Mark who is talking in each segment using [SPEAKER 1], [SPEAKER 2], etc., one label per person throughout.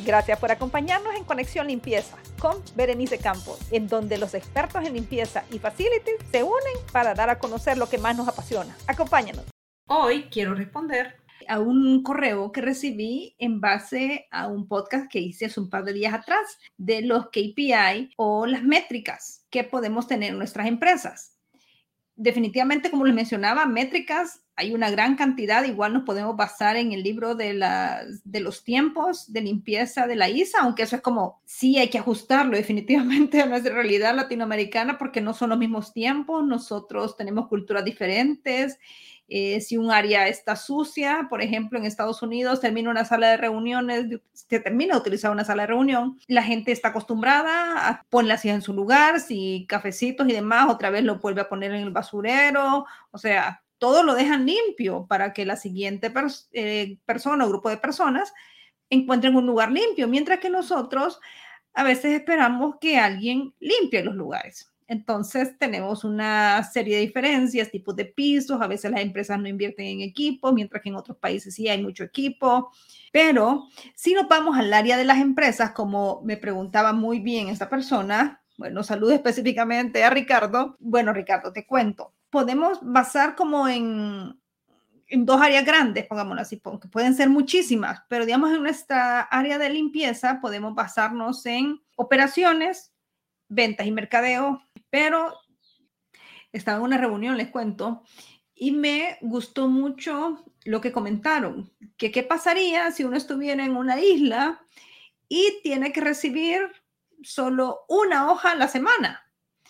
[SPEAKER 1] Gracias por acompañarnos en Conexión Limpieza con Berenice Campos, en donde los expertos en limpieza y facilities se unen para dar a conocer lo que más nos apasiona. Acompáñanos. Hoy quiero responder a un correo que recibí en base a un podcast que hice hace un par de días atrás de los KPI o las métricas que podemos tener en nuestras empresas. Definitivamente, como les mencionaba, métricas hay una gran cantidad. Igual nos podemos basar en el libro de los tiempos de limpieza de la ISA, aunque eso es como, sí hay que ajustarlo definitivamente a nuestra realidad latinoamericana porque no son los mismos tiempos, nosotros tenemos culturas diferentes. Si un área está sucia, por ejemplo, en Estados Unidos termina una sala de reuniones, se termina de utilizar una sala de reunión, la gente está acostumbrada a poner las sillas en su lugar, si cafecitos y demás, otra vez lo vuelve a poner en el basurero, o sea, todo lo dejan limpio para que la siguiente persona o grupo de personas encuentren un lugar limpio, mientras que nosotros a veces esperamos que alguien limpie los lugares. Entonces tenemos una serie de diferencias, tipos de pisos, a veces las empresas no invierten en equipo, mientras que en otros países sí hay mucho equipo. Pero si nos vamos al área de las empresas, como me preguntaba muy bien esta persona, bueno, saludo específicamente a Ricardo. Bueno, Ricardo, te cuento. Podemos basar como en dos áreas grandes, pongámoslo así, porque pueden ser muchísimas, pero digamos en nuestra área de limpieza podemos basarnos en operaciones, ventas y mercadeo, pero estaba en una reunión, les cuento, y me gustó mucho lo que comentaron, que qué pasaría si uno estuviera en una isla y tiene que recibir solo una hoja a la semana.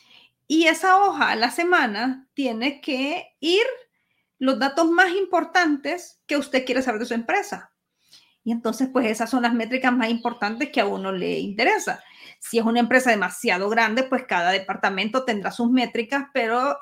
[SPEAKER 1] Y esa hoja a la semana tiene que ir los datos más importantes que usted quiere saber de su empresa. Y entonces, pues esas son las métricas más importantes que a uno le interesa. Si es una empresa demasiado grande, pues cada departamento tendrá sus métricas, pero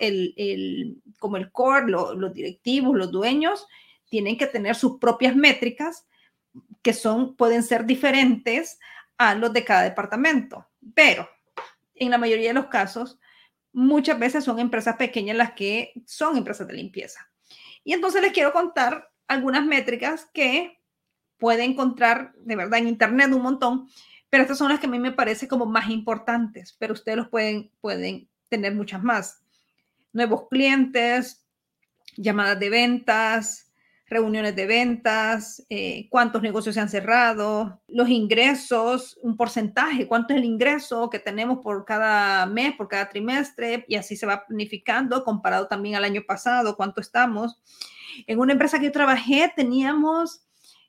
[SPEAKER 1] como el core, los directivos, los dueños, tienen que tener sus propias métricas que pueden ser diferentes a los de cada departamento. Pero en la mayoría de los casos, muchas veces son empresas pequeñas las que son empresas de limpieza. Y entonces les quiero contar algunas métricas que puede encontrar de verdad en internet un montón, pero estas son las que a mí me parece como más importantes, pero ustedes los pueden tener muchas más. Nuevos clientes, llamadas de ventas, reuniones de ventas, cuántos negocios se han cerrado, los ingresos, un porcentaje, cuánto es el ingreso que tenemos por cada mes, por cada trimestre, y así se va planificando, comparado también al año pasado, cuánto estamos. En una empresa que yo trabajé teníamos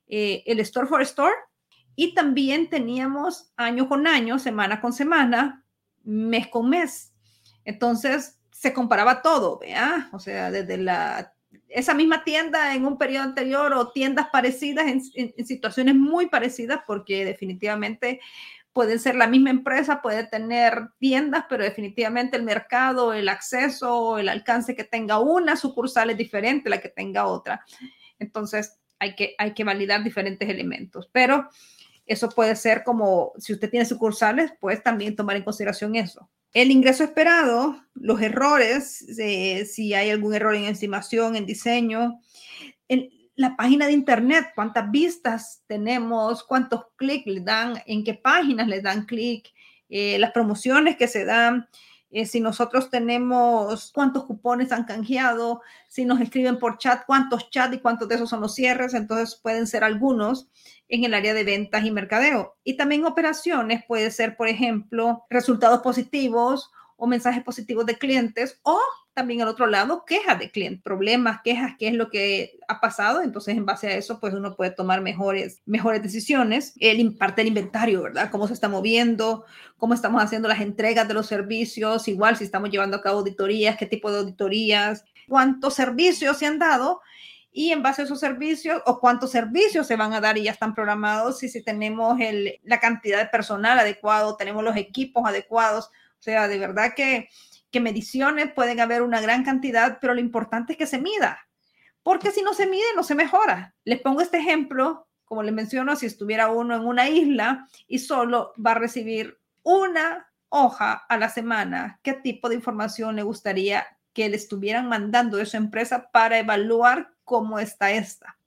[SPEAKER 1] el Store for Store y también teníamos año con año, semana con semana, mes con mes. Entonces se comparaba todo, ¿vea? O sea, desde esa misma tienda en un periodo anterior o tiendas parecidas en situaciones muy parecidas, porque definitivamente pueden ser la misma empresa, puede tener tiendas, pero definitivamente el mercado, el acceso, el alcance que tenga una sucursal es diferente a la que tenga otra. Entonces, hay que validar diferentes elementos, pero eso puede ser como, si usted tiene sucursales, pues también tomar en consideración eso. El ingreso esperado, los errores, si hay algún error en estimación, en diseño, en la página de internet, cuántas vistas tenemos, cuántos clics le dan, en qué páginas le dan clic, las promociones que se dan, si nosotros tenemos cuántos cupones han canjeado, si nos escriben por chat, cuántos chats y cuántos de esos son los cierres, entonces pueden ser algunos en el área de ventas y mercadeo. Y también operaciones puede ser, por ejemplo, resultados positivos o mensajes positivos de clientes o también al otro lado, quejas de clientes, problemas, quejas, qué es lo que ha pasado. Entonces, en base a eso, pues uno puede tomar mejores decisiones. Parte del inventario, ¿verdad? Cómo se está moviendo, cómo estamos haciendo las entregas de los servicios, igual si estamos llevando a cabo auditorías, qué tipo de auditorías, cuántos servicios se han dado y en base a esos servicios o cuántos servicios se van a dar y ya están programados y si tenemos la cantidad de personal adecuado, tenemos los equipos adecuados. O sea, de verdad que mediciones pueden haber una gran cantidad, pero lo importante es que se mida, porque si no se mide, no se mejora. Les pongo este ejemplo, como les menciono, si estuviera uno en una isla y solo va a recibir una hoja a la semana, ¿qué tipo de información le gustaría que le estuvieran mandando de su empresa para evaluar cómo está esta?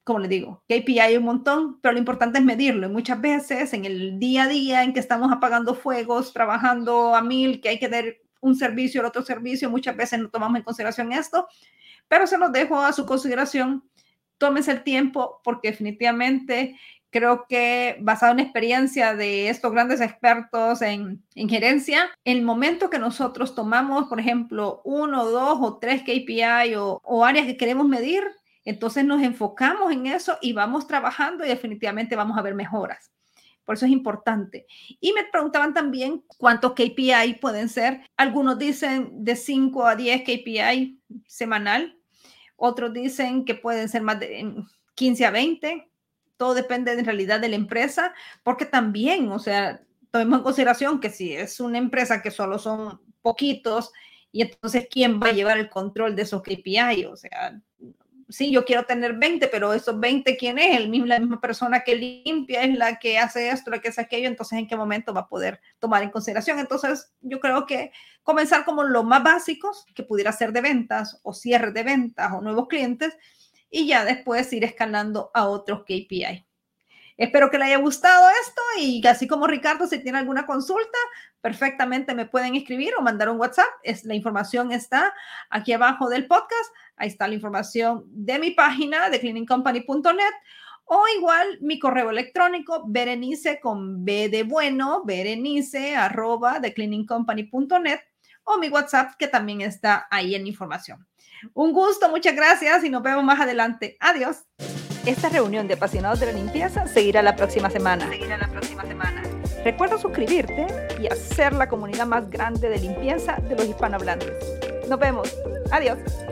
[SPEAKER 1] como les digo, KPI hay un montón, pero lo importante es medirlo. Y muchas veces en el día a día en que estamos apagando fuegos, trabajando a 1000, que hay que dar un servicio, el otro servicio, muchas veces no tomamos en consideración esto, pero se los dejo a su consideración. Tómense el tiempo porque definitivamente creo que basado en la experiencia de estos grandes expertos en gerencia, el momento que nosotros tomamos, por ejemplo, 1, 2 o 3 KPI o áreas que queremos medir, entonces nos enfocamos en eso y vamos trabajando y definitivamente vamos a ver mejoras. Por eso es importante. Y me preguntaban también cuántos KPI pueden ser. Algunos dicen de 5 a 10 KPI semanal. Otros dicen que pueden ser más de 15 a 20. Todo depende en realidad de la empresa, porque también, o sea, tomemos en consideración que si es una empresa que solo son poquitos, y entonces, ¿quién va a llevar el control de esos KPI? O sea, sí, yo quiero tener 20, pero esos 20, ¿quién es? La misma persona que limpia, es la que hace esto, la que hace aquello, entonces, ¿en qué momento va a poder tomar en consideración? Entonces, yo creo que comenzar como los más básicos, que pudiera ser de ventas o cierre de ventas o nuevos clientes, y ya después ir escalando a otros KPI. Espero que le haya gustado esto y así como Ricardo, si tiene alguna consulta, perfectamente me pueden escribir o mandar un WhatsApp. La información está aquí abajo del podcast. Ahí está la información de mi página de cleaningcompany.net o igual mi correo electrónico berenice con B de bueno, berenice@thecleaningcompany.net o mi WhatsApp que también está ahí en la información. Un gusto, muchas gracias y nos vemos más adelante. Adiós. Esta reunión de apasionados de la limpieza seguirá la próxima semana. Recuerda suscribirte y hacer la comunidad más grande de limpieza de los hispanohablantes. Nos vemos. Adiós.